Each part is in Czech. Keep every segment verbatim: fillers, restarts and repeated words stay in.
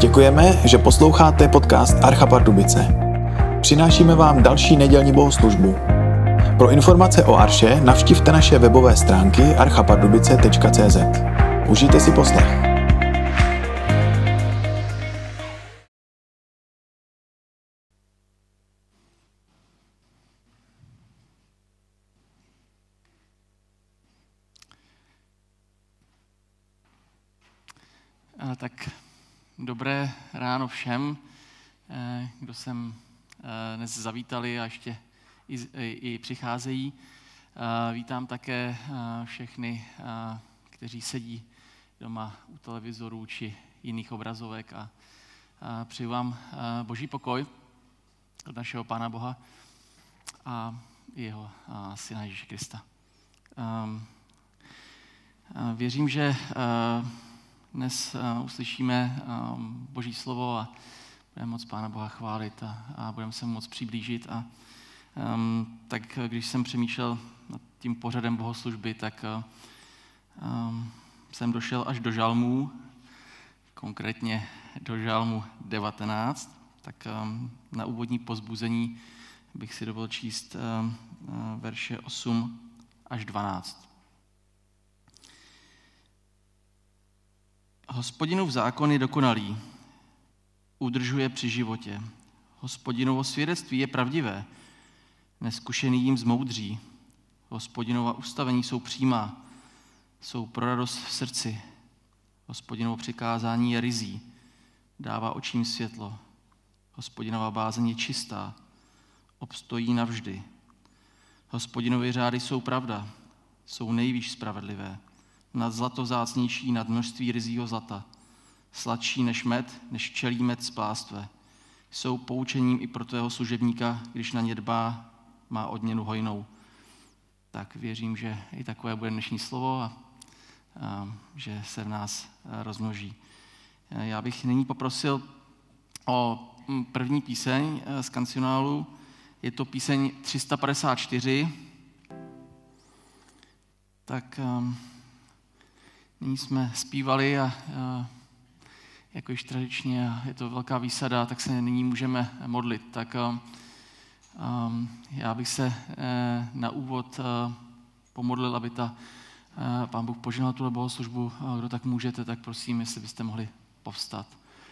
Děkujeme, že posloucháte podcast Archa Pardubice. Přinášíme vám další nedělní bohoslužbu. Pro informace o Arše navštivte naše webové stránky archa pardubice tečka cé zet. Užijte si poslech. Tak dobré ráno všem, kdo sem dnes zavítali a ještě i, i přicházejí. Vítám také všechny, kteří sedí doma u televizorů či jiných obrazovek a přeju vám boží pokoj od našeho Pána Boha a jeho Syna Ježíše Krista. Věřím, že dnes uh, uslyšíme um, Boží slovo a budeme moc Pána Boha chválit a, a budeme se mu moc přiblížit. A um, tak když jsem přemýšlel nad tím pořadem bohoslužby, tak uh, um, jsem došel až do žalmů, konkrétně do žalmu devatenáct. Tak um, na úvodní povzbuzení bych si dovolil číst um, uh, verše osm až dvanáct. Hospodinův zákon je dokonalý, udržuje při životě. Hospodinovo svědectví je pravdivé, neskušený jim zmoudří. Hospodinova ustavení jsou přímá, jsou pro radost v srdci. Hospodinovo přikázání je ryzí, dává očím světlo. Hospodinova bázeň je čistá, obstojí navždy. Hospodinovy řády jsou pravda, jsou nejvýš spravedlivé. Nad zlato vzácnější, nad množství ryzího zlata. Sladší než med, než včelí med z plástve. Jsou poučením i pro tvého služebníka, když na ně dbá, má odměnu hojnou. Tak věřím, že i takové bude dnešní slovo a, a že se v nás rozmnoží. Já bych nyní poprosil o první píseň z kancionálu. Je to píseň tři sta padesát čtyři. Tak um, nyní jsme zpívali a, a jako již tradičně je to velká výsada, tak se nyní můžeme modlit. Tak um, um, já bych se eh, na úvod eh, pomodlil, aby ta eh, Pán Bůh požehnal tuhle bohoslužbu. Kdo tak můžete, tak prosím, jestli byste mohli povstat.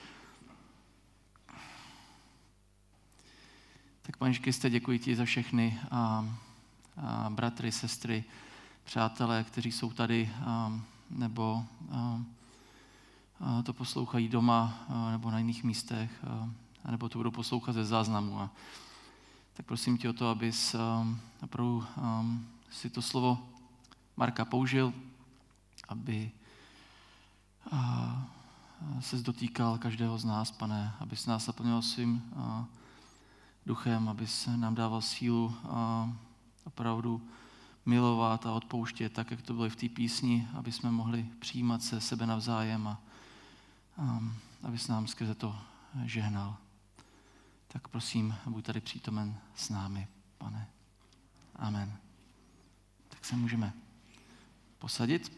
Tak Pane Kriste, děkuji ti za všechny a, a bratry, sestry, přátelé, kteří jsou tady a, nebo a, a to poslouchají doma a, nebo na jiných místech, a, nebo to budou poslouchat ze záznamu. A, tak prosím tě o to, abys opravdu si to slovo Marka použil, aby a, ses dotýkal každého z nás, Pane, abys nás naplnil svým a, duchem, abys nám dával sílu a opravdu milovat a odpouštět, tak jak to bylo i v té písni, aby jsme mohli přijímat se sebe navzájem a, a abys nám skrze to žehnal. Tak prosím, buď tady přítomen s námi, Pane. Amen. Tak se můžeme posadit.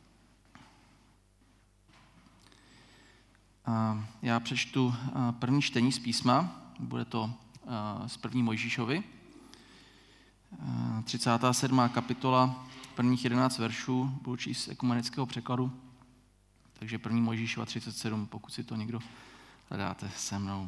A já přečtu první čtení z písma, bude to z první Mojžíšovi, třicátá sedmá kapitola, prvních jedenáct veršů, budu číst z ekumenického překladu, takže první Mojžíšova třicet sedm, pokud si to někdo hledáte se mnou.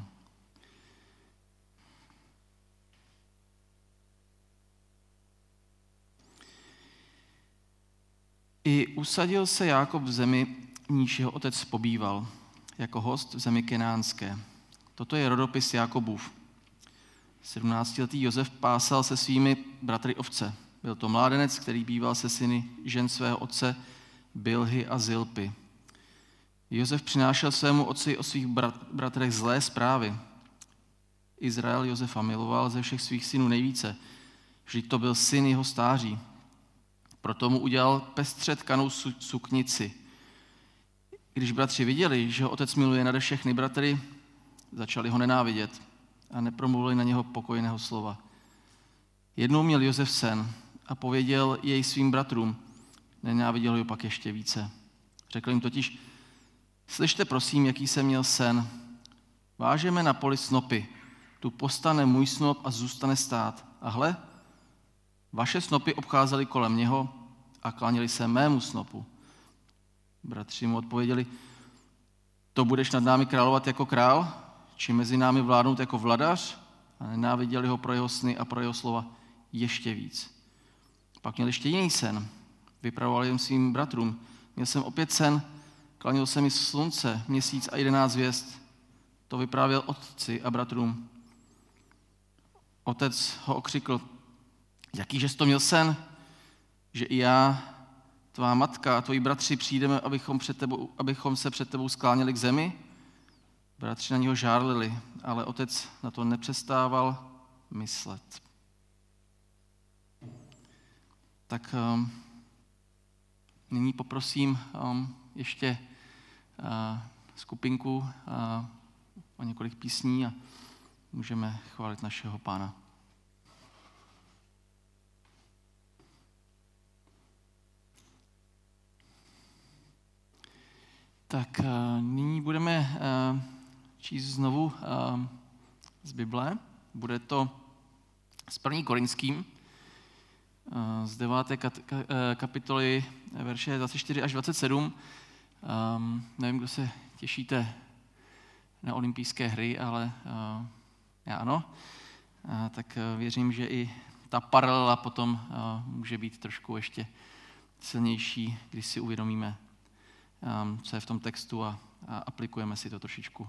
I usadil se Jákob v zemi, v níž jeho otec pobýval, jako host v zemi kenánské. Toto je rodopis Jákobův. sedmnáctiletý Josef pásal se svými bratry ovce. Byl to mládenec, který býval se syny žen svého otce Bilhy a Zilpy. Josef přinášel svému otci o svých bratrech zlé zprávy. Izrael Josefa miloval ze všech svých synů nejvíce, vždyť to byl syn jeho stáří. Proto mu udělal pestře tkanou suknici. Když bratři viděli, že ho otec miluje nade všechny bratry, začali ho nenávidět a nepromluvili na něho pokojného slova. Jednou měl Josef sen a pověděl jej svým bratrům. Nenáviděl ho pak ještě více. Řekl jim totiž, Slyšte prosím, jaký jsem měl sen. Vážeme na poli snopy. Tu postane můj snop a zůstane stát. A hle, vaše snopy obcházely kolem něho a klaněli se mému snopu. Bratři mu odpověděli, to budeš nad námi královat jako král, či mezi námi vládnout jako vladař? A nenáviděli ho pro jeho sny a pro jeho slova ještě víc. Pak měl ještě jiný sen. Vypravoval jim svým bratrům. Měl jsem opět sen, klanil se mi slunce, měsíc a jedenáct hvězd. To vyprávěl otci a bratrům. Otec ho okřikl, jakýže jsi to měl sen, že i já, tvá matka a tvoji bratři přijdeme, abychom, před tebou, abychom se před tebou skláněli k zemi? Bratři na něho žárlili, ale otec na to nepřestával myslet. Tak um, nyní poprosím um, ještě uh, skupinku uh, o několik písní a můžeme chválit našeho Pána. Tak uh, nyní budeme uh, číst znovu uh, z Bible. Bude to z první Korinským, uh, z deváté kapitoly, verše dvacet čtyři až dvacet sedm. Um, nevím, kdo se těšíte na olympijské hry, ale uh, já ano. Uh, tak uh, věřím, že i ta paralela potom uh, může být trošku ještě silnější, když si uvědomíme, um, co je v tom textu a, a aplikujeme si to trošičku.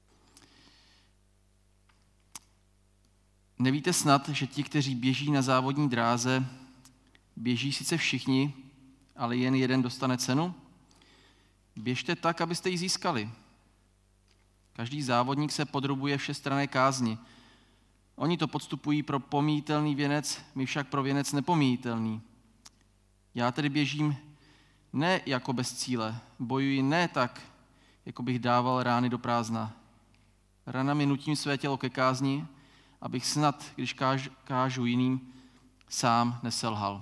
Nevíte snad, že ti, kteří běží na závodní dráze, běží sice všichni, ale jen jeden dostane cenu? Běžte tak, abyste ji získali. Každý závodník se podrobuje všestranné kázni. Oni to podstupují pro pomíjitelný věnec, my však pro věnec nepomíjitelný. Já tedy běžím ne jako bez cíle, bojuji ne tak, jako bych dával rány do prázdna. Ranami nutím své tělo ke kázni, abych snad, když káž, kážu jiným, sám neselhal.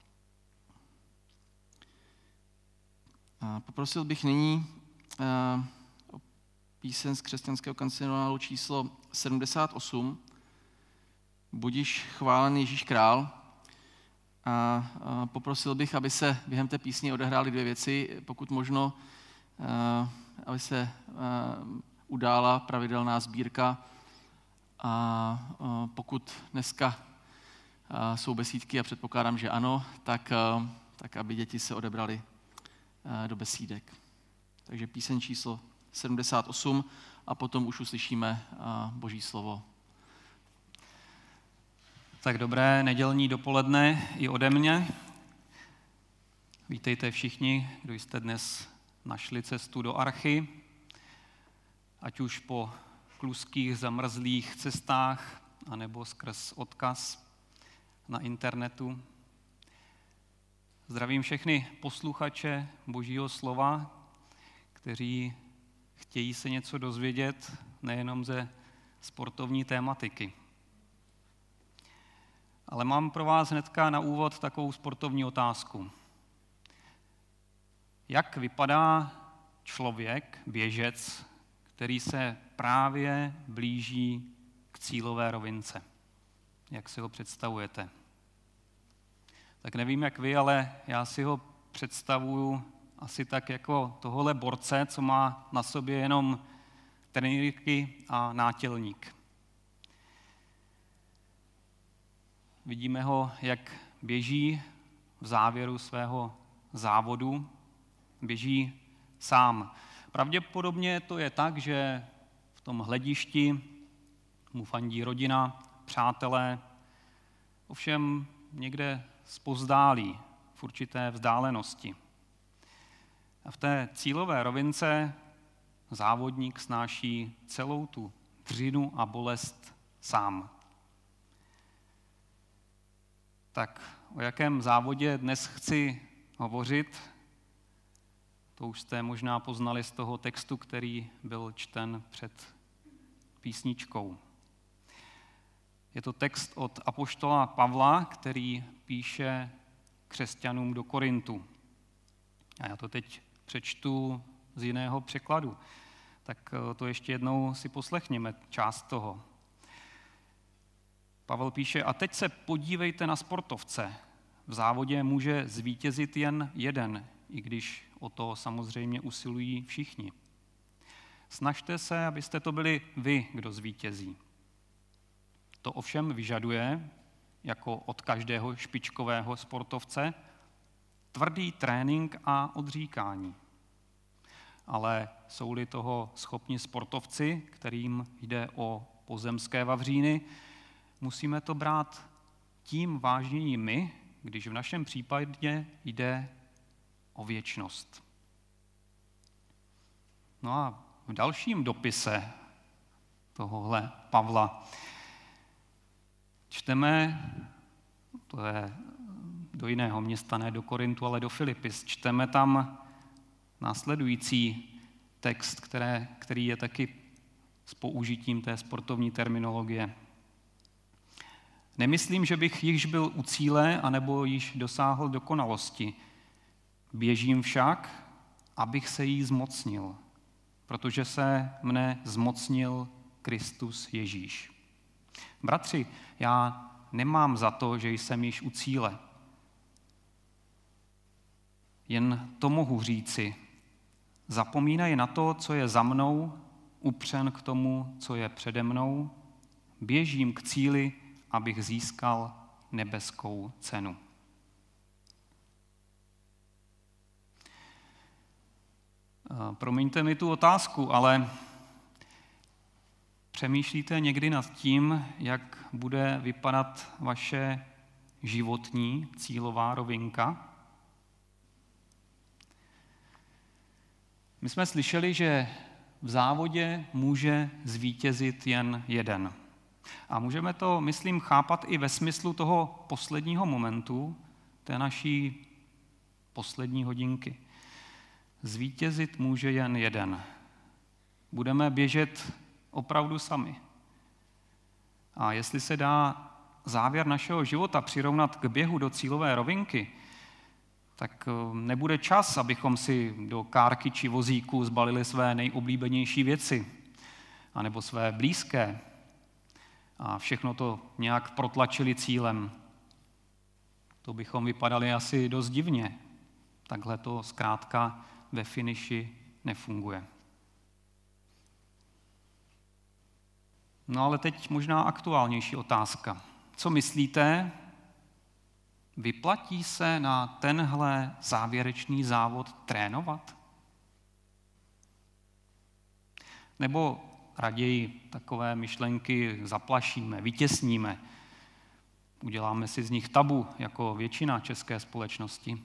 A poprosil bych nyní a, o píseň z křesťanského kancionálu číslo sedmdesát osm. Budiš chválen Ježíš král. A, a poprosil bych, aby se během té písně odehrály dvě věci, pokud možno, a, aby se a, udála pravidelná sbírka. A, a pokud dneska a, jsou besídky, a předpokládám, že ano, tak, a, tak aby děti se odebrali a, do besídek. Takže píseň číslo sedmdesát osm a potom už uslyšíme a, Boží slovo. Tak dobré nedělní dopoledne i ode mě. Vítejte všichni, kdo jste dnes našli cestu do Archy, ať už po kluských zamrzlých cestách, anebo skrz odkaz na internetu. Zdravím všechny posluchače Božího slova, kteří chtějí se něco dozvědět, nejenom ze sportovní tématiky. Ale mám pro vás hnedka na úvod takovou sportovní otázku. Jak vypadá člověk, běžec, který se právě blíží k cílové rovince? Jak si ho představujete? Tak nevím, jak vy, ale já si ho představuju asi tak jako tohle borce, co má na sobě jenom trenýrky a nátělník. Vidíme ho, jak běží v závěru svého závodu, běží sám. Pravděpodobně to je tak, že v tom hledišti mu fandí rodina, přátelé, ovšem někde zpozdálí, v určité vzdálenosti. A v té cílové rovince závodník snáší celou tu dřinu a bolest sám. Tak o jakém závodě dnes chci hovořit, to už jste možná poznali z toho textu, který byl čten před písničkou. Je to text od apoštola Pavla, který píše křesťanům do Korintu. A já to teď přečtu z jiného překladu. Tak to ještě jednou si poslechněme část toho. Pavel píše, a teď se podívejte na sportovce. V závodě může zvítězit jen jeden, i když o to samozřejmě usilují všichni. Snažte se, abyste to byli vy, kdo zvítězí. To ovšem vyžaduje, jako od každého špičkového sportovce, tvrdý trénink a odříkání. Ale jsou-li toho schopni sportovci, kterým jde o pozemské vavříny, musíme to brát tím vážněji my, když v našem případě jde o věčnost. No a v dalším dopise tohohle Pavla čteme, to je do jiného města, ne do Korintu, ale do Filipis, čteme tam následující text, které, který je taky s použitím té sportovní terminologie. Nemyslím, že bych již byl u cíle, anebo již dosáhl dokonalosti. Běžím však, abych se jí zmocnil, protože se mne zmocnil Kristus Ježíš. Bratři, já nemám za to, že jsem již u cíle. Jen to mohu říci. Zapomínají na to, co je za mnou, upřen k tomu, co je přede mnou. Běžím k cíli, abych získal nebeskou cenu. Promiňte mi tu otázku, ale přemýšlíte někdy nad tím, jak bude vypadat vaše životní cílová rovinka? My jsme slyšeli, že v závodě může zvítězit jen jeden. A můžeme to, myslím, chápat i ve smyslu toho posledního momentu, té naší poslední hodinky. Zvítězit může jen jeden. Budeme běžet opravdu sami. A jestli se dá závěr našeho života přirovnat k běhu do cílové rovinky, tak nebude čas, abychom si do kárky či vozíku zbalili své nejoblíbenější věci, anebo své blízké, a všechno to nějak protlačili cílem. To bychom vypadali asi dost divně. Takhle to zkrátka ve finiši nefunguje. No ale teď možná aktuálnější otázka. Co myslíte, vyplatí se na tenhle závěrečný závod trénovat? Nebo raději takové myšlenky zaplašíme, vytěsníme, uděláme si z nich tabu, jako většina české společnosti?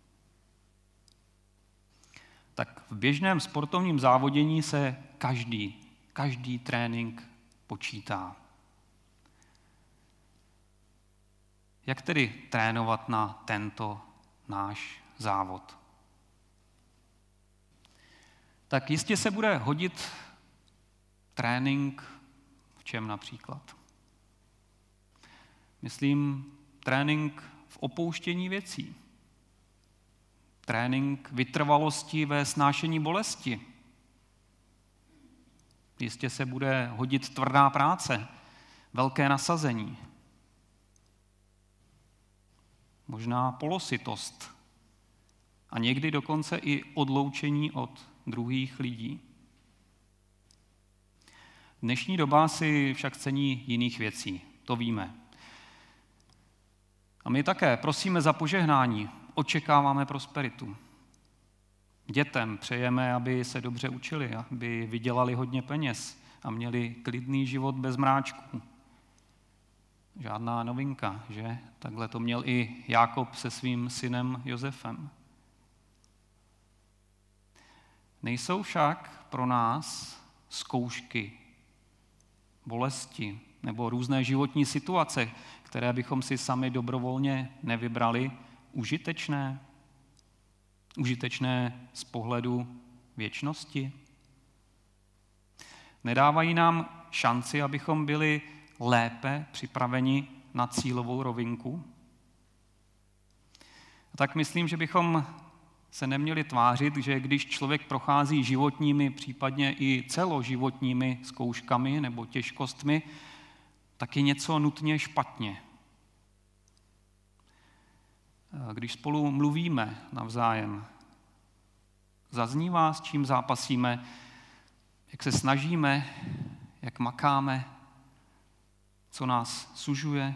Tak v běžném sportovním závodění se každý, každý trénink počítá. Jak tedy trénovat na tento náš závod? Tak jistě se bude hodit trénink v čem například? Myslím trénink v opouštění věcí. Trénink vytrvalosti ve snášení bolesti. Jistě se bude hodit tvrdá práce, velké nasazení. Možná polosytost. A někdy dokonce i odloučení od druhých lidí. Dnešní doba si však cení jiných věcí, to víme. A my také prosíme za požehnání, očekáváme prosperitu. Dětem přejeme, aby se dobře učili, aby vydělali hodně peněz a měli klidný život bez mráčků. Žádná novinka, že? Takhle to měl i Jákob se svým synem Josefem. Nejsou však pro nás zkoušky, bolesti nebo různé životní situace, které bychom si sami dobrovolně nevybrali, užitečné? Užitečné z pohledu věčnosti? Nedávají nám šanci, abychom byli lépe připraveni na cílovou rovinku? A tak myslím, že bychom se neměli tvářit, že když člověk prochází životními, případně i celoživotními zkouškami nebo těžkostmi, tak je něco nutně špatně. Když spolu mluvíme navzájem, zaznívá, s čím zápasíme, jak se snažíme, jak makáme, co nás sužuje.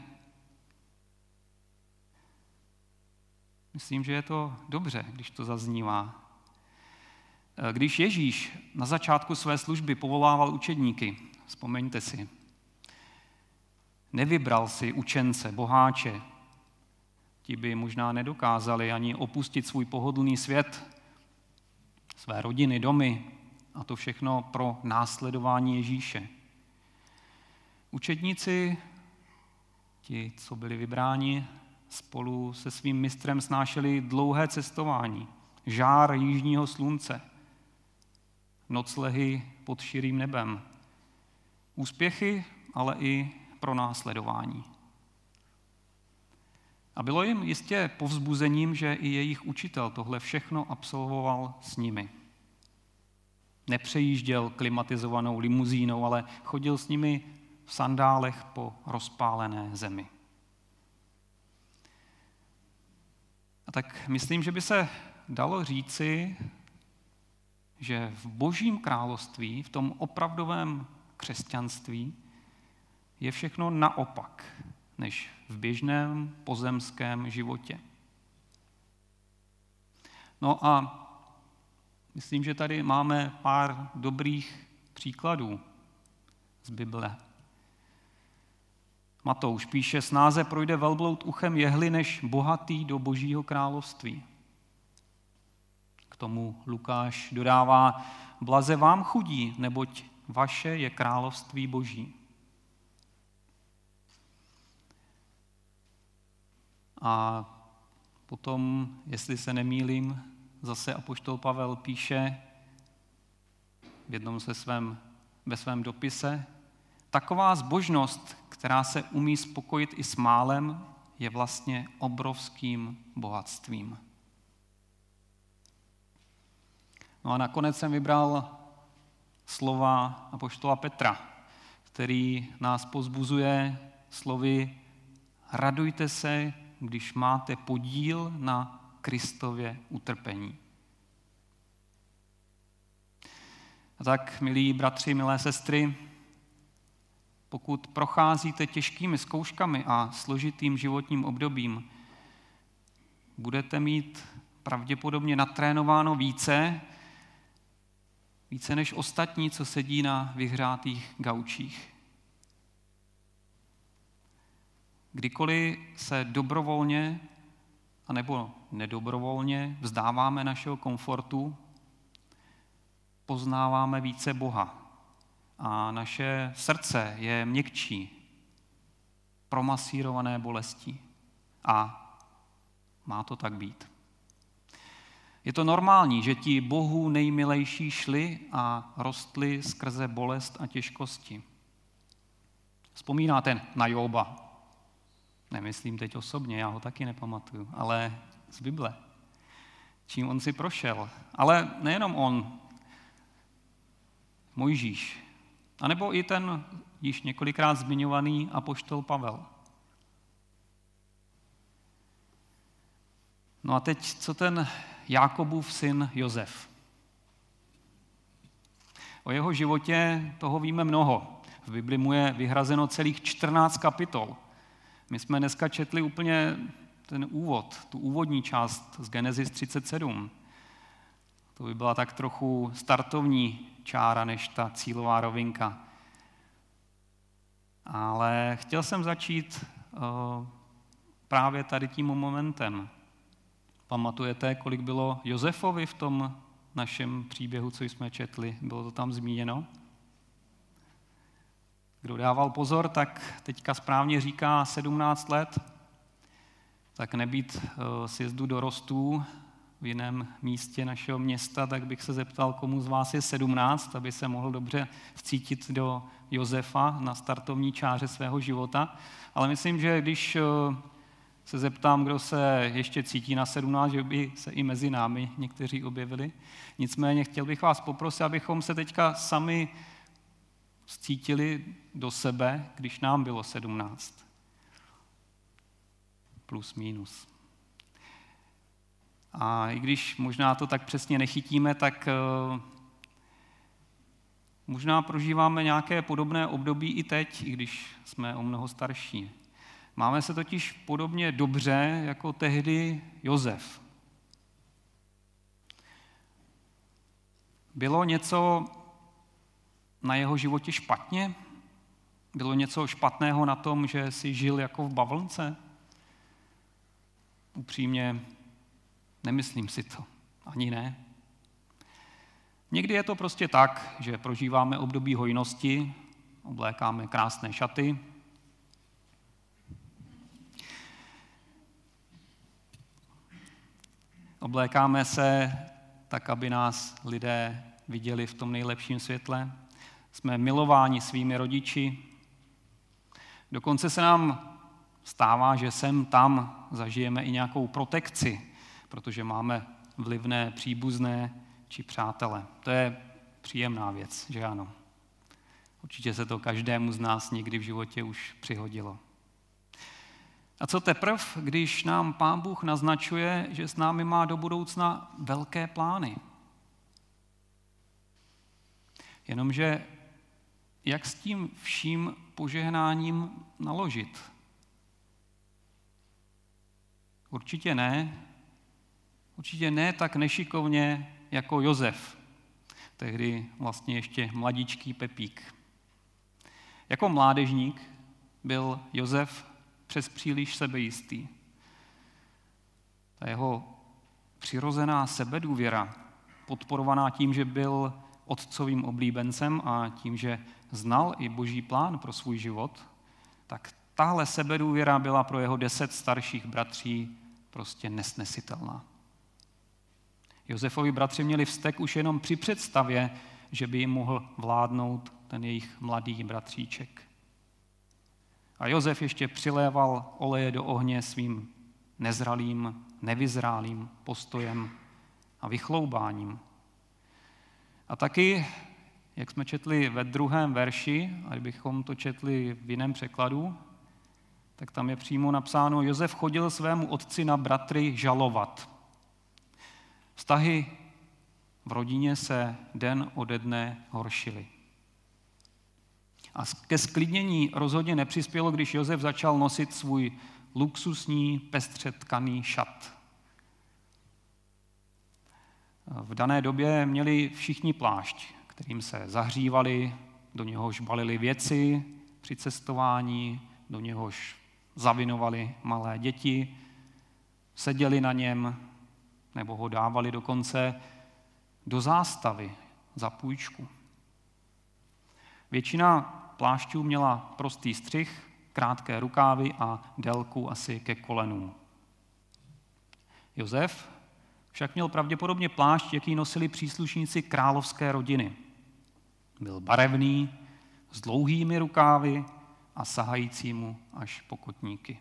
Myslím, že je to dobře, když to zaznívá. Když Ježíš na začátku své služby povolával učedníky, vzpomeňte si, nevybral si učence, boháče, ti by možná nedokázali ani opustit svůj pohodlný svět, své rodiny, domy a to všechno pro následování Ježíše. Učedníci, ti, co byli vybráni, spolu se svým mistrem snášeli dlouhé cestování, žár jižního slunce, noclehy pod širým nebem, úspěchy, ale i pronásledování. A bylo jim jistě povzbuzením, že i jejich učitel tohle všechno absolvoval s nimi. Nepřejížděl klimatizovanou limuzínou, ale chodil s nimi v sandálech po rozpálené zemi. A tak myslím, že by se dalo říci, že v Božím království, v tom opravdovém křesťanství, je všechno naopak, než v běžném pozemském životě. No a myslím, že tady máme pár dobrých příkladů z Bible. Matouš píše, snáze projde velbloud uchem jehly, než bohatý do Božího království. K tomu Lukáš dodává, blaze vám chudí, neboť vaše je království Boží. A potom, jestli se nemýlím, zase apoštol Pavel píše v jednom se svém, ve svém dopise, taková zbožnost, která se umí spokojit i s málem, je vlastně obrovským bohatstvím. No a nakonec jsem vybral slova apoštola Petra, který nás povzbuzuje slovy radujte se, když máte podíl na Kristově utrpení. A tak, milí bratři, milé sestry, pokud procházíte těžkými zkouškami a složitým životním obdobím, budete mít pravděpodobně natrénováno více, více než ostatní, co sedí na vyhřátých gaučích. Kdykoliv se dobrovolně anebo nedobrovolně vzdáváme našeho komfortu, poznáváme více Boha a naše srdce je měkčí, promasírované bolestí. A má to tak být. Je to normální, že ti Bohu nejmilejší šli a rostli skrze bolest a těžkosti. Vzpomínáte na Jóba? Nemyslím teď osobně, já ho taky nepamatuju, ale z Bible. Čím on si prošel. Ale nejenom on, Mojžíš, anebo i ten již několikrát zmiňovaný apoštol Pavel. No a teď, co ten Jákobův syn Josef? O jeho životě toho víme mnoho. V Bibli mu je vyhrazeno celých čtrnáct kapitol. My jsme dneska četli úplně ten úvod, tu úvodní část z Genesis třicet sedm. To by byla tak trochu startovní čára, než ta cílová rovinka. Ale chtěl jsem začít uh, právě tady tím momentem. Pamatujete, kolik bylo Josefovi v tom našem příběhu, co jsme četli? Bylo to tam zmíněno? Kdo dával pozor, tak teďka správně říká sedmnáct let, tak nebýt uh, sjezdu dorostů v jiném místě našeho města, tak bych se zeptal, komu z vás je sedmnáct, aby se mohl dobře vcítit do Josefa na startovní čáře svého života. Ale myslím, že když uh, se zeptám, kdo se ještě cítí na sedmnáct, že by se i mezi námi někteří objevili. Nicméně chtěl bych vás poprosit, abychom se teďka sami cítili do sebe, když nám bylo sedmnáct. Plus, minus. A i když možná to tak přesně nechytíme, tak možná prožíváme nějaké podobné období i teď, i když jsme o mnoho starší. Máme se totiž podobně dobře jako tehdy Josef. Bylo něco na jeho životě špatně? Bylo něco špatného na tom, že si žil jako v bavlnce? Upřímně nemyslím si to. Ani ne. Někdy je to prostě tak, že prožíváme období hojnosti, oblékáme krásné šaty, oblékáme se tak, aby nás lidé viděli v tom nejlepším světle. Jsme milováni svými rodiči. Dokonce se nám stává, že sem tam zažijeme i nějakou protekci, protože máme vlivné příbuzné či přátele. To je příjemná věc, že ano. Určitě se to každému z nás někdy v životě už přihodilo. A co teprv, když nám Pán Bůh naznačuje, že s námi má do budoucna velké plány? Jenomže jak s tím vším požehnáním naložit? Určitě ne. Určitě ne tak nešikovně jako Josef, tehdy vlastně ještě mladíčký Pepík. Jako mládežník byl Josef přes příliš sebejistý. Ta jeho přirozená sebedůvěra, podporovaná tím, že byl otcovým oblíbencem a tím, že znal i boží plán pro svůj život, tak tahle sebedůvěra byla pro jeho deset starších bratří prostě nesnesitelná. Josefovi bratři měli vztek už jenom při představě, že by jim mohl vládnout ten jejich mladý bratříček. A Josef ještě přiléval oleje do ohně svým nezralým, nevyzrálým postojem a vychloubáním. A taky, jak jsme četli ve druhém verši, a kdybychom to četli v jiném překladu, tak tam je přímo napsáno, Josef chodil svému otci na bratry žalovat. Vztahy v rodině se den ode dne horšily. A ke sklidnění rozhodně nepřispělo, když Josef začal nosit svůj luxusní, pestře tkaný šat. V dané době měli všichni plášť, kterým se zahřívali, do něhož balili věci při cestování, do něhož zavinovali malé děti, seděli na něm, nebo ho dávali dokonce do zástavy za půjčku. Většina plášťů měla prostý střih, krátké rukávy a délku asi ke kolenům. Josef však měl pravděpodobně plášť, jaký nosili příslušníci královské rodiny. Byl barevný, s dlouhými rukávy a sahajícímu až po kotníky.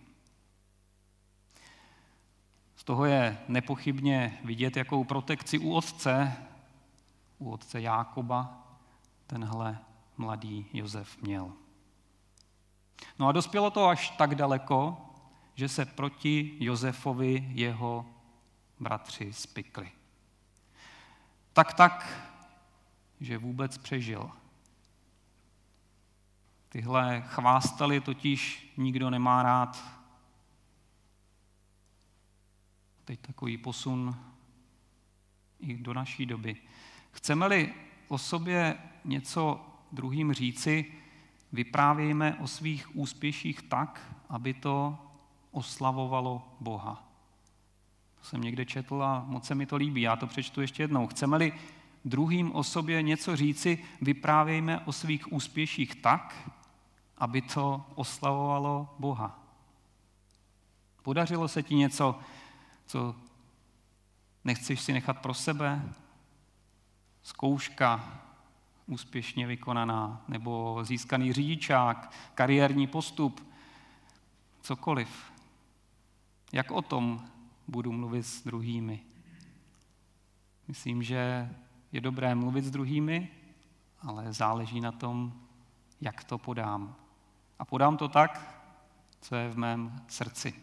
Z toho je nepochybně vidět, jakou protekci u otce, u otce Jákoba, tenhle mladý Josef měl. No a dospělo to až tak daleko, že se proti Josefovi jeho bratři spikli. Tak tak, že vůbec přežil. Tyhle chvástaly totiž nikdo nemá rád. Teď takový posun i do naší doby. Chceme-li o sobě něco druhým říci, vyprávějme o svých úspěších tak, aby to oslavovalo Boha. To jsem někde četl a moc se mi to líbí. Já to přečtu ještě jednou. Chceme-li druhým o sobě něco říci, vyprávějme o svých úspěších tak, aby to oslavovalo Boha. Podařilo se ti něco, co nechceš si nechat pro sebe? Zkouška úspěšně vykonaná, nebo získaný řidičák, kariérní postup, cokoliv. Jak o tom budu mluvit s druhými? Myslím, že je dobré mluvit s druhými, ale záleží na tom, jak to podám. A podám to tak, co je v mém srdci.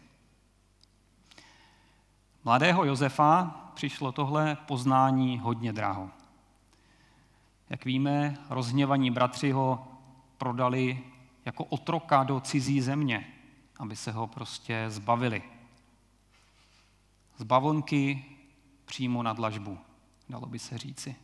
Mladého Josefa přišlo tohle poznání hodně draho. Jak víme, rozhněvaní bratři ho prodali jako otroka do cizí země, aby se ho prostě zbavili. Z bavlnky přímo na dlažbu, dalo by se říci.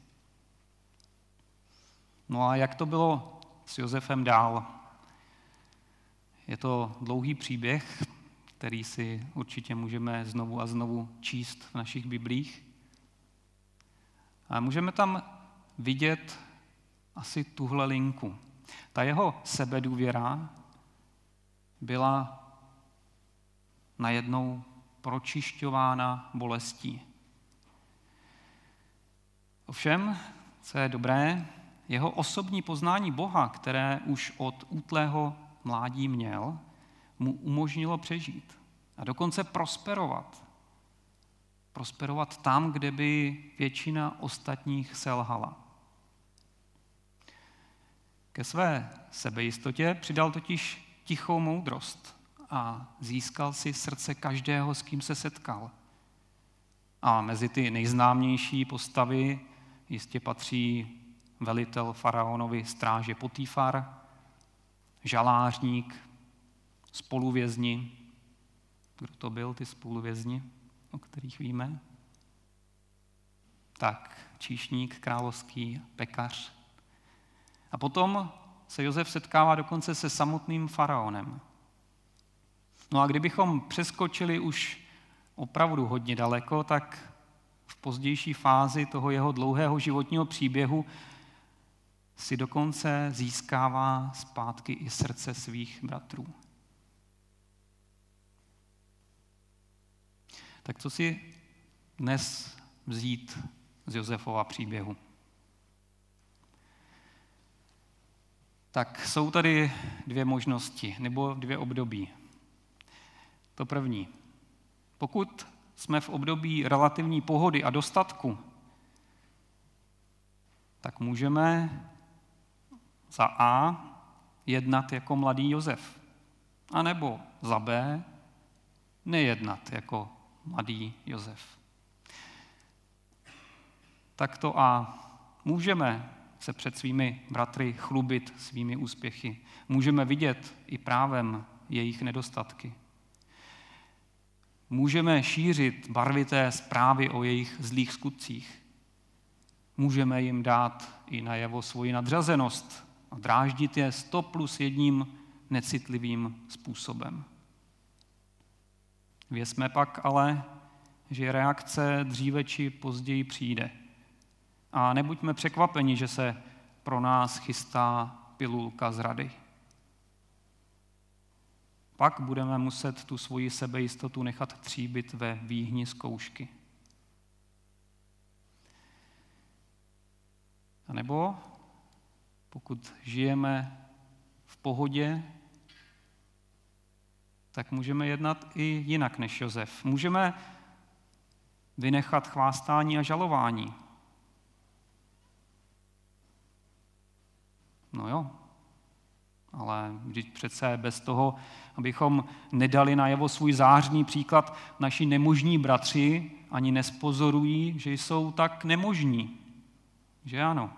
No a jak to bylo s Josefem dál? Je to dlouhý příběh, který si určitě můžeme znovu a znovu číst v našich biblích. A můžeme tam vidět asi tuhle linku. Ta jeho sebedůvěra byla najednou pročišťována bolestí. Ovšem, co je dobré, jeho osobní poznání Boha, které už od útlého mládí měl, mu umožnilo přežít a dokonce prosperovat. Prosperovat tam, kde by většina ostatních selhala. Ke své sebejistotě přidal totiž tichou moudrost a získal si srdce každého, s kým se setkal. A mezi ty nejznámější postavy jistě patří velitel faraonovy stráže Potifar, žalářník, spoluvězni. Kdo to byl, ty spoluvězni, o kterých víme? Tak, číšník královský, pekař. A potom se Josef setkává dokonce se samotným faraonem. No a kdybychom přeskočili už opravdu hodně daleko, tak v pozdější fázi toho jeho dlouhého životního příběhu si dokonce získává zpátky i srdce svých bratrů. Tak co si dnes vzít z Josefova příběhu? Tak jsou tady dvě možnosti, nebo dvě období. To první. Pokud jsme v období relativní pohody a dostatku, tak můžeme za A jednat jako mladý Josef, anebo za B nejednat jako mladý Josef. Tak to A. Můžeme se před svými bratry chlubit svými úspěchy. Můžeme vidět i právem jejich nedostatky. Můžeme šířit barvité zprávy o jejich zlých skutcích. Můžeme jim dát i najevo svoji nadřazenost a dráždit je sto plus jedním necitlivým způsobem. Vězme pak ale, že reakce dříve či později přijde. A nebuďme překvapeni, že se pro nás chystá pilulka zrady. Pak budeme muset tu svoji sebejistotu nechat tříbit ve výhni zkoušky. A nebo pokud žijeme v pohodě, tak můžeme jednat i jinak než Josef. Můžeme vynechat chvástání a žalování. No jo, ale vždyť přece bez toho, abychom nedali najevo svůj zářný příklad, naši nemožní bratři ani nespozorují, že jsou tak nemožní. Že ano.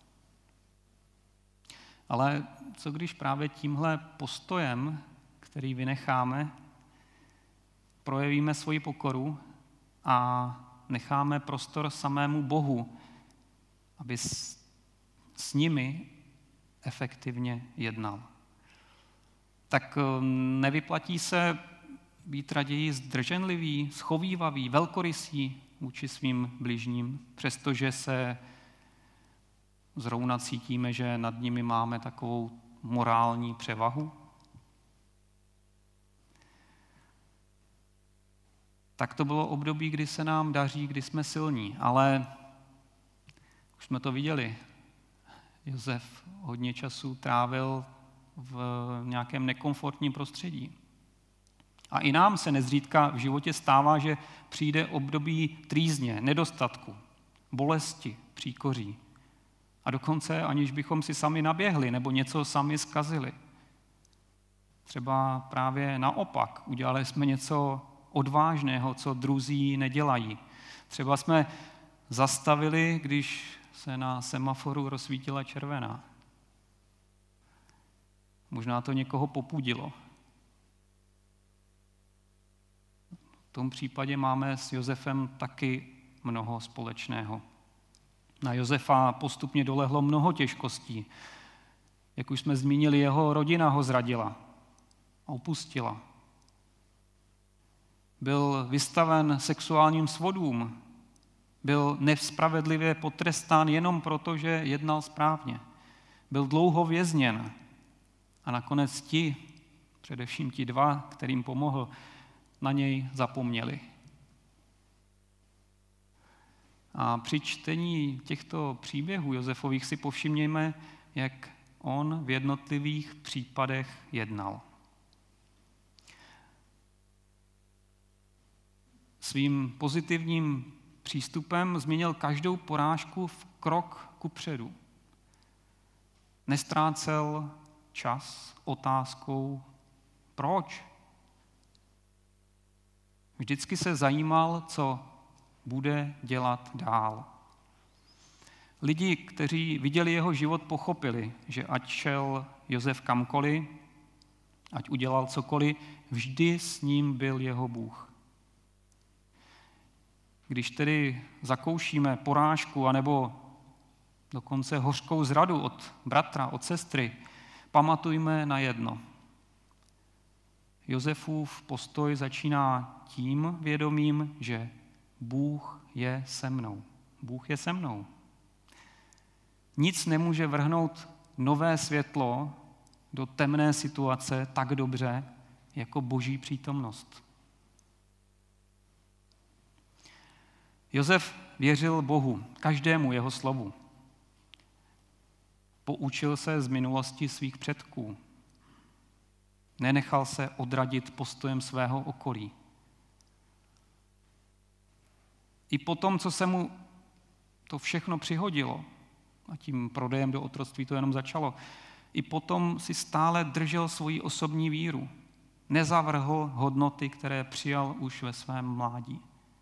Ale co když právě tímhle postojem, který vynecháme, projevíme svoji pokoru a necháme prostor samému Bohu, aby s, s nimi efektivně jednal. Tak nevyplatí se být raději zdrženlivý, schovívavý, velkorysý vůči svým bližním, přestože se zrovna cítíme, že nad nimi máme takovou morální převahu? Tak to bylo období, kdy se nám daří, kdy jsme silní, ale už jsme to viděli. Josef hodně času trávil v nějakém nekomfortním prostředí. A i nám se nezřídka v životě stává, že přijde období trýzně, nedostatku, bolesti, příkoří. A dokonce aniž bychom si sami naběhli nebo něco sami zkazili. Třeba právě naopak, udělali jsme něco odvážného, co druzí nedělají. Třeba jsme zastavili, když se na semaforu rozsvítila červená. Možná to někoho popudilo. V tom případě máme s Josefem taky mnoho společného. Na Josefa postupně dolehlo mnoho těžkostí. Jak už jsme zmínili, jeho rodina ho zradila a opustila. Byl vystaven sexuálním svodům, byl nespravedlivě potrestán jenom proto, že jednal správně. Byl dlouho vězněn a nakonec ti, především ti dva, kterým pomohl, na něj zapomněli. A při čtení těchto příběhů Josefových si povšimněme, jak on v jednotlivých případech jednal. Svým pozitivním přístupem změnil každou porážku v krok kupředu. Nestrácel čas otázkou, proč? Vždycky se zajímal, co bude dělat dál. Lidi, kteří viděli jeho život, pochopili, že ať šel Josef kamkoliv, ať udělal cokoliv, vždy s ním byl jeho Bůh. Když tedy zakoušíme porážku anebo dokonce hořkou zradu od bratra, od sestry, pamatujme na jedno. Josefův postoj začíná tím vědomím, že Bůh je se mnou. Bůh je se mnou. Nic nemůže vrhnout nové světlo do temné situace tak dobře, jako Boží přítomnost. Josef věřil Bohu, každému jeho slovu. Poučil se z minulosti svých předků. Nenechal se odradit postojem svého okolí. I po tom, co se mu to všechno přihodilo, a tím prodejem do otroctví to jenom začalo, i potom si stále držel svoji osobní víru. Nezavrhl hodnoty, které přijal už ve svém mládí.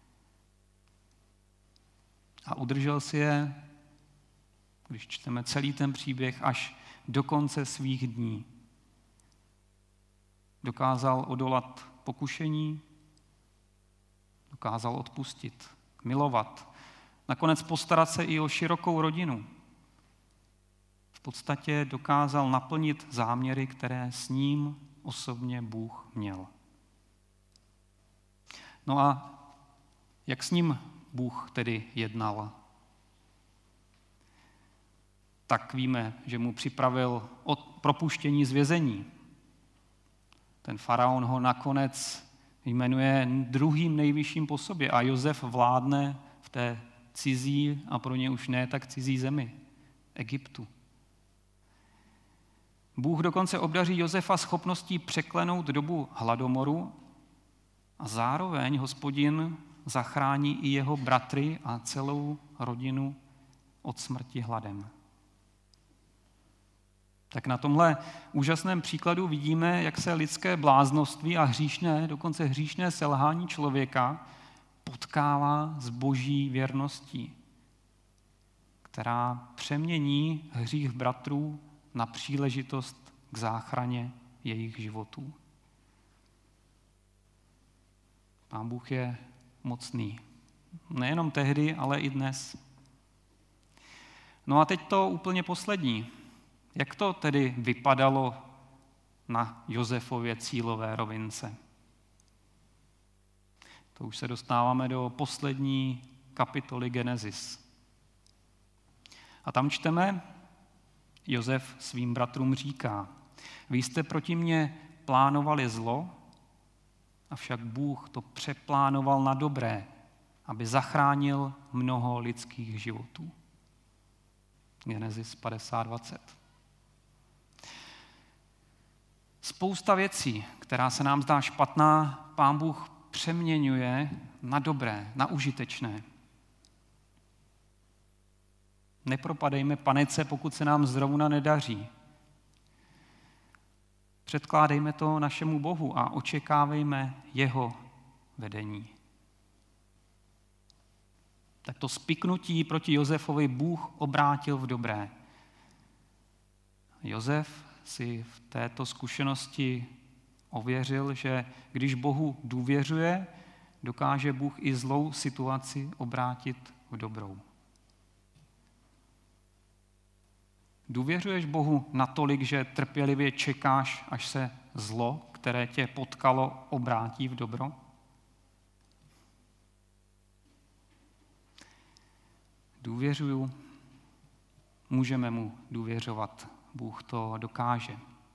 A udržel si je, když čteme celý ten příběh, až do konce svých dní. Dokázal odolat pokušení, dokázal odpustit, milovat, nakonec postarat se i o širokou rodinu. V podstatě dokázal naplnit záměry, které s ním osobně Bůh měl. No a jak s ním Bůh tedy jednal? Tak víme, že mu připravil od propuštění z vězení. Ten faraon ho nakonec jmenuje druhým nejvyšším po sobě a Josef vládne v té cizí a pro ně už ne tak cizí zemi, Egyptu. Bůh dokonce obdaří Josefa schopností překlenout dobu hladomoru a zároveň Hospodin zachrání i jeho bratry a celou rodinu od smrti hladem. Tak na tomhle úžasném příkladu vidíme, jak se lidské bláznoství a hříšné, dokonce hříšné selhání člověka potkává s Boží věrností, která přemění hřích bratrů na příležitost k záchraně jejich životů. Pán Bůh je mocný. Nejenom tehdy, ale i dnes. No a teď to úplně poslední. Jak to tedy vypadalo na Josefově cílové rovince? To už se dostáváme do poslední kapitoly Genesis. A tam čteme, Josef svým bratrům říká, vy jste proti mně plánovali zlo, avšak Bůh to přeplánoval na dobré, aby zachránil mnoho lidských životů. Genesis padesát dvacet. Spousta věcí, která se nám zdá špatná, Pán Bůh přeměňuje na dobré, na užitečné. Nepropadejme panice, pokud se nám zrovna nedaří. Předkládejme to našemu Bohu a očekávejme jeho vedení. Tak to spiknutí proti Josefovi Bůh obrátil v dobré. Josef si v této zkušenosti ověřil, že když Bohu důvěřuje, dokáže Bůh i zlou situaci obrátit v dobrou. Důvěřuješ Bohu natolik, že trpělivě čekáš, až se zlo, které tě potkalo, obrátí v dobro? Důvěřuju, můžeme mu důvěřovat. Bůh to dokáže.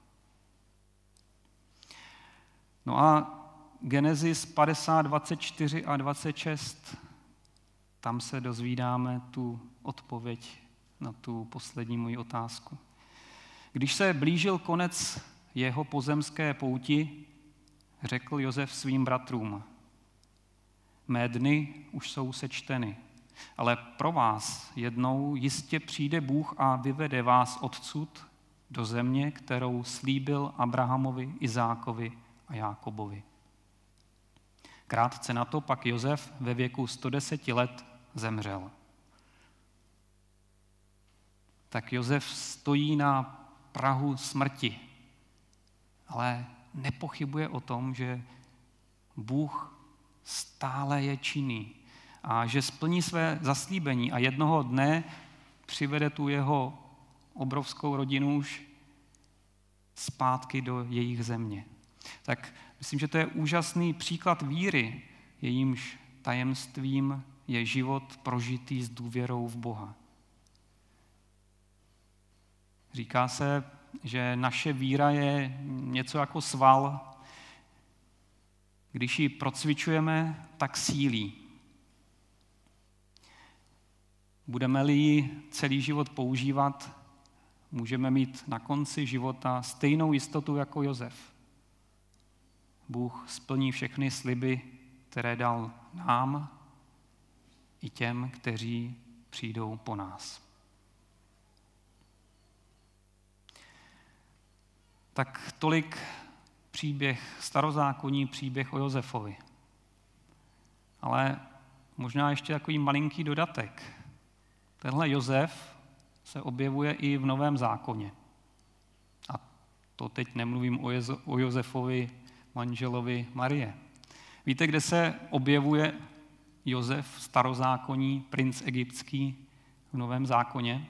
No a Genesis padesát, dvacet čtyři a dvacet šest, tam se dozvídáme tu odpověď na tu poslední moji otázku. Když se blížil konec jeho pozemské pouti, řekl Josef svým bratrům: Mé dny už jsou sečteny, ale pro vás jednou jistě přijde Bůh a vyvede vás odsud do země, kterou slíbil Abrahamovi, Izákovi a Jákobovi. Krátce na to pak Josef ve věku sto deset let zemřel. Tak Josef stojí na prahu smrti, ale nepochybuje o tom, že Bůh stále je činný a že splní své zaslíbení a jednoho dne přivede tu jeho obrovskou rodinu už zpátky do jejich země. Tak myslím, že to je úžasný příklad víry, jejímž tajemstvím je život prožitý s důvěrou v Boha. Říká se, že naše víra je něco jako sval. Když ji procvičujeme, tak sílí. Budeme-li ji celý život používat, můžeme mít na konci života stejnou jistotu jako Josef. Bůh splní všechny sliby, které dal nám i těm, kteří přijdou po nás. Tak tolik příběh, starozákonní příběh o Josefovi. Ale možná ještě takový malinký dodatek. Tenhle Josef se objevuje i v Novém zákoně. A to teď nemluvím o, Jezo, o Josefovi, manželovi Marie. Víte, kde se objevuje Josef, starozákonní, princ egyptský v Novém zákoně?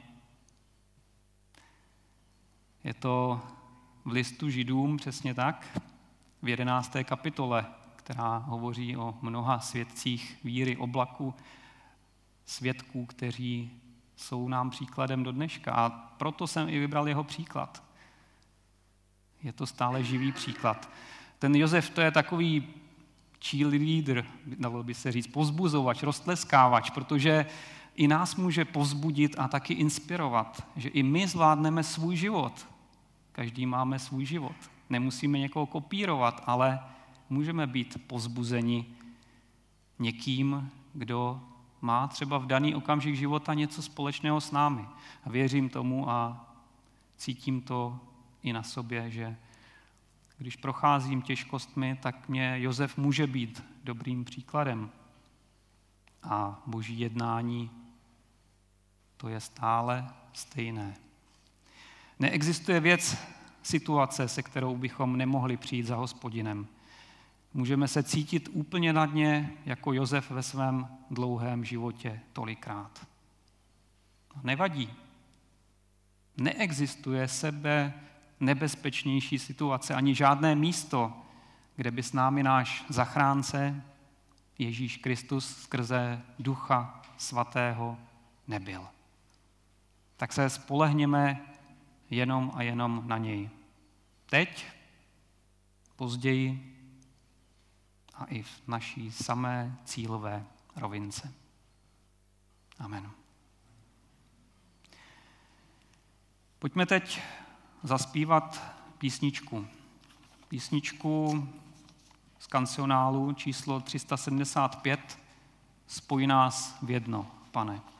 Je to v listu Židům, přesně tak, v jedenácté kapitole, která hovoří o mnoha svědcích víry, oblaku, svědků, kteří jsou nám příkladem do dneška. A proto jsem i vybral jeho příklad. Je to stále živý příklad. Ten Josef, to je takový cheerleader, dalo by se říct, povzbuzovač, roztleskávač, protože i nás může povzbudit a taky inspirovat, že i my zvládneme svůj život. Každý máme svůj život. Nemusíme někoho kopírovat, ale můžeme být povzbuzeni někým, kdo má třeba v daný okamžik života něco společného s námi. A věřím tomu a cítím to i na sobě, že když procházím těžkostmi, tak mě Josef může být dobrým příkladem. A Boží jednání, to je stále stejné. Neexistuje věc, situace, se kterou bychom nemohli přijít za Hospodinem. Můžeme se cítit úplně na dně, jako Josef ve svém dlouhém životě tolikrát. Nevadí. Neexistuje sebe nebezpečnější situace, ani žádné místo, kde by s námi náš zachránce, Ježíš Kristus skrze Ducha Svatého nebyl. Tak se spolehněme jenom a jenom na něj. Teď, později a i v naší samé cílové rovince. Amen. Pojďme teď zaspívat písničku. písničku z kancionálu číslo tři sta sedmdesát pět Spoj nás v jedno, Pane.